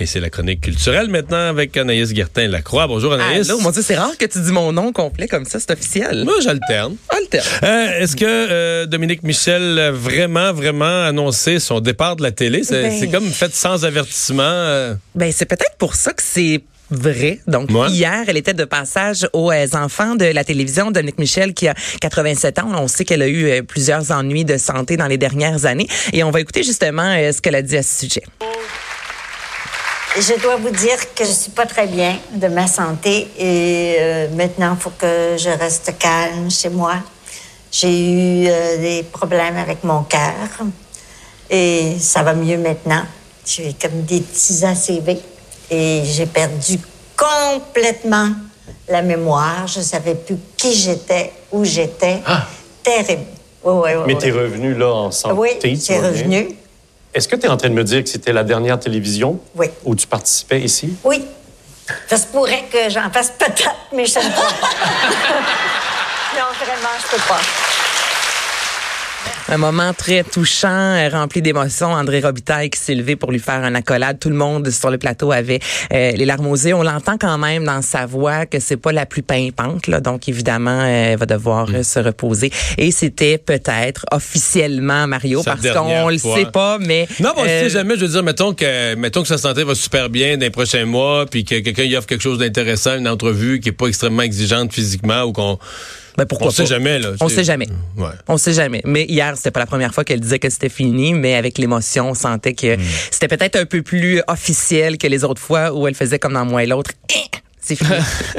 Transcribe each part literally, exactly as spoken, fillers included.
Et c'est la chronique culturelle maintenant avec Anaïs Guertin-Lacroix. Bonjour Anaïs. Allô, mon Dieu, c'est rare que tu dis mon nom complet comme ça, c'est officiel. Moi, j'alterne. Alterne. Euh, est-ce que euh, Dominique Michel a vraiment, vraiment annoncé son départ de la télé? C'est, Ben... c'est comme fait sans avertissement. Euh... Ben, c'est peut-être pour ça que c'est vrai. Donc, ouais. Hier, elle était de passage aux euh, enfants de la télévision. Dominique Michel, qui a quatre-vingt-sept ans. On sait qu'elle a eu euh, plusieurs ennuis de santé dans les dernières années. Et on va écouter justement euh, ce qu'elle a dit à ce sujet. Je dois vous dire que je suis pas très bien de ma santé et euh, maintenant, il faut que je reste calme chez moi. J'ai eu euh, des problèmes avec mon cœur et ça va mieux maintenant. J'ai comme des petits A C V et j'ai perdu complètement la mémoire. Je savais plus qui j'étais, où j'étais. Ah. Terrible. Oui, oui, oui, Mais oui. t'es revenu là en santé? Oui, j'ai revenu. Est-ce que tu es en train de me dire que c'était la dernière télévision oui. où tu participais ici? Oui. Ça se pourrait que j'en fasse peut-être, mais je ne sais pas. Non, vraiment, je peux pas. Un moment très touchant, rempli d'émotions. André Robitaille qui s'est levé pour lui faire un accolade. Tout le monde sur le plateau avait euh, les larmes aux yeux. On l'entend quand même dans sa voix que c'est pas la plus pimpante, là. Donc évidemment, euh, elle va devoir mmh. euh, se reposer. Et c'était peut-être officiellement Mario, Sa parce qu'on le sait pas, mais non, bon, on euh, le sait jamais. Je veux dire, mettons que mettons que sa santé va super bien dans les prochains mois, puis que quelqu'un y offre quelque chose d'intéressant, une entrevue qui est pas extrêmement exigeante physiquement, ou qu'on Ben pourquoi on pas? sait jamais, là. On sait jamais. Ouais. On sait jamais. Mais hier, c'était pas la première fois qu'elle disait que c'était fini, mais avec l'émotion, on sentait que mm. c'était peut-être un peu plus officiel que les autres fois où elle faisait comme dans Moi et l'autre. C'est fini.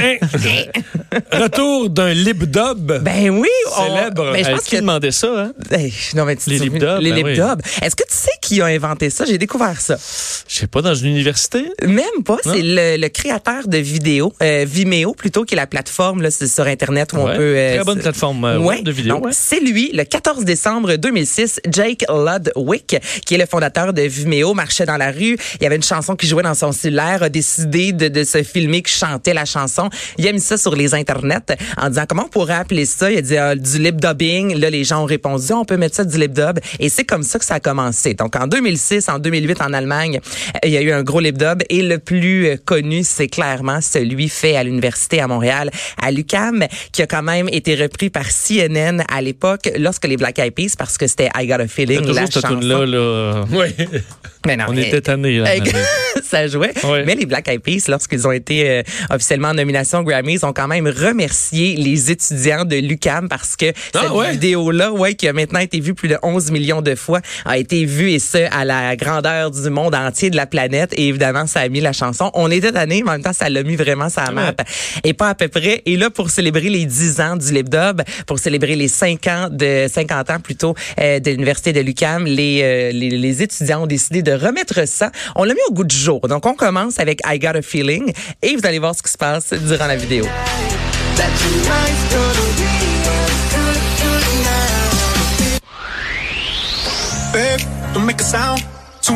Retour d'un lip-dub. Ben oui. Célèbre. On, ben, je pense qui demandait ça, hein? Hey, non, mais tu les lip-dubs. Les ben lip-dubs. Oui. Est-ce que tu sais qui a inventé ça? J'ai découvert ça. Je sais pas, dans une université? Même pas. Non? C'est le, le créateur de vidéos, euh, Vimeo plutôt, qui est la plateforme là, c'est sur Internet où ouais, on peut... Euh, très bonne plateforme euh, ouais. de vidéos. Donc, ouais. C'est lui, le quatorze décembre deux mille six, Jake Ludwig, qui est le fondateur de Vimeo, marchait dans la rue. Il y avait une chanson qui jouait dans son cellulaire, a décidé de, de se filmer, qui chantait la chanson. Il a mis ça sur les internets en disant comment on pourrait appeler ça. Il a dit ah, du lip dubbing. Là, les gens ont répondu on peut mettre ça du lip dub. Et c'est comme ça que ça a commencé. Donc en deux mille six, en deux mille huit en Allemagne, il y a eu un gros lip dub et le plus connu, c'est clairement celui fait à l'université à Montréal, à l'U Q A M, qui a quand même été repris par C N N à l'époque lorsque les Black Eyed Peas, parce que c'était I Got a Feeling, la chanson. Là, là. Oui. Mais non, on mais, était tannés. Là, ça jouait. Oui. Mais les Black Eyed Peas, lorsqu'ils ont été euh, officiellement en nomination Grammys, ont quand même remercié les étudiants de l'U Q A M parce que ah, cette ouais. vidéo-là, ouais, qui a maintenant été vue plus de onze millions de fois, a été vue, et ce, à la grandeur du monde entier, de la planète. Et évidemment, ça a mis la chanson. On était tannés, mais en même temps, ça l'a mis vraiment sa map. Ouais. Et pas à peu près. Et là, pour célébrer les dix ans du lip dub, pour célébrer les cinq ans de, cinquante ans plutôt, euh, de l'université de l'U Q A M, les, euh, les, les étudiants ont décidé de remettre ça. On l'a mis au goût du jour. Donc, on commence avec I Got a Feeling et vous allez voir ce qui se passe durant la vidéo. Oh,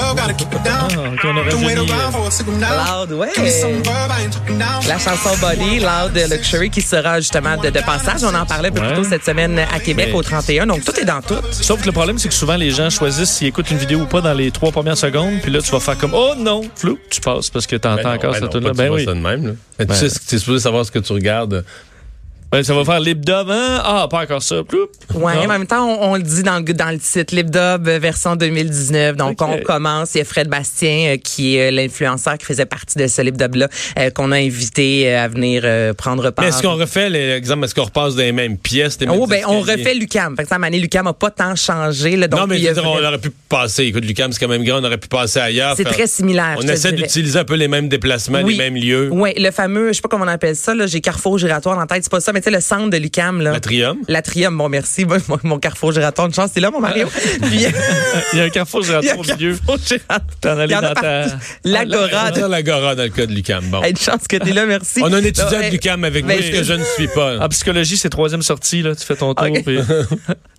Loud, ouais. La chanson Body, Loud Luxury, qui sera justement de, de passage. On en parlait un peu ouais. plus tôt cette semaine à Québec, mais au trente et un. Donc, tout est dans tout. Sauf que le problème, c'est que souvent, les gens choisissent s'ils écoutent une vidéo ou pas dans les trois premières secondes. Puis là, tu vas faire comme, oh non, flou, tu passes parce que t'entends ben encore ben cette tune-là. Ben oui. Ça de même, là. Ben, ben. Tu sais, tu es supposé savoir ce que tu regardes. Ben, ça va faire lip dub, hein? Ah, pas encore ça. Ploup. Ouais, mais en même temps, on, on le dit dans le, dans le titre, lip dub version deux mille dix-neuf. Donc, okay. on commence. Il y a Fred Bastien, euh, qui est euh, l'influenceur qui faisait partie de ce lip dub-là, euh, qu'on a invité euh, à venir euh, prendre part. Mais est-ce qu'on refait l'exemple? Est-ce qu'on repasse dans les mêmes pièces? Des mêmes oh, ben, on refait l'U Q A M. Fait que ça, l'U Q A M n'a pas tant changé, là. Donc, non, mais il y a... dire, on aurait pu passer. Écoute, l'U Q A M, c'est quand même grand. On aurait pu passer ailleurs. C'est faire... très similaire. On essaie d'utiliser un peu les mêmes déplacements, oui. les mêmes lieux. Oui, le fameux, je sais pas comment on appelle ça, là. J'ai carrefour giratoire en tête. C'est pas ça, mais tu sais, le centre de l'U Q A M. Là. L'atrium. L'atrium, bon, merci. Mon, mon carrefour giratoire, une chance, c'est là, mon Mario. Puis, il y a un carrefour giratoire au milieu. T'en allais dans ta... L'Agora. Dans l'Agora, dans le cas de l'U Q A M. Bon. Une chance que t'es là, merci. On a un étudiant de l'U Q A M avec moi, ce que je ne suis pas. En psychologie, c'est troisième sortie, là. Tu fais ton tour. Okay. Puis...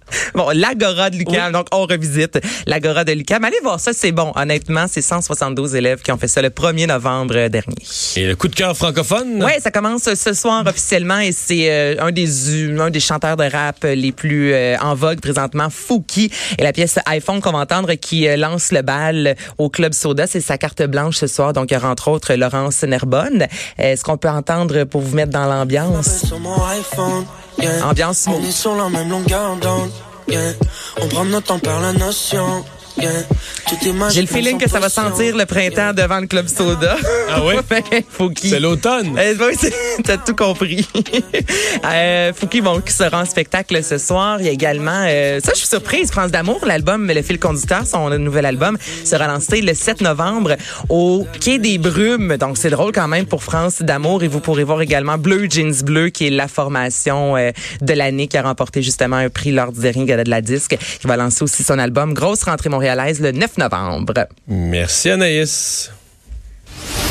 Bon, l'Agora de l'U Q A M, oui. Donc on revisite l'Agora de l'U Q A M. Allez voir ça, c'est bon. Honnêtement, c'est cent soixante-douze élèves qui ont fait ça le premier novembre dernier. Et le coup de cœur francophone? Oui, ça commence ce soir officiellement et c'est euh, un des un des chanteurs de rap les plus euh, en vogue présentement, Fouki. Et la pièce iPhone qu'on va entendre qui euh, lance le bal au Club Soda, c'est sa carte blanche ce soir. Donc il y aura entre autres Laurence Nerbonne. Est-ce qu'on peut entendre pour vous mettre dans l'ambiance? Yeah. Ambiance smooth. On est sur la même longueur d'onde. Yeah. On prend notre temps par la notion. Yeah. J'ai le feeling que ça va sentir le printemps devant le Club Soda. Ah oui? Fouki. C'est l'automne. Euh, oui, t'as tout compris. euh, Fouki, bon, qui sera en spectacle ce soir. Il y a également, euh, ça, je suis surprise, France d'amour, l'album Le fil conducteur, son nouvel album, sera lancé le sept novembre au Quai des Brumes. Donc, c'est drôle quand même pour France d'amour. Et vous pourrez voir également Bleu Jeans Bleu, qui est la formation euh, de l'année, qui a remporté justement un prix lors du dernier gala de la disque, qui va lancer aussi son album Grosse rentrée montréalaise le neuf novembre. Merci Anaïs.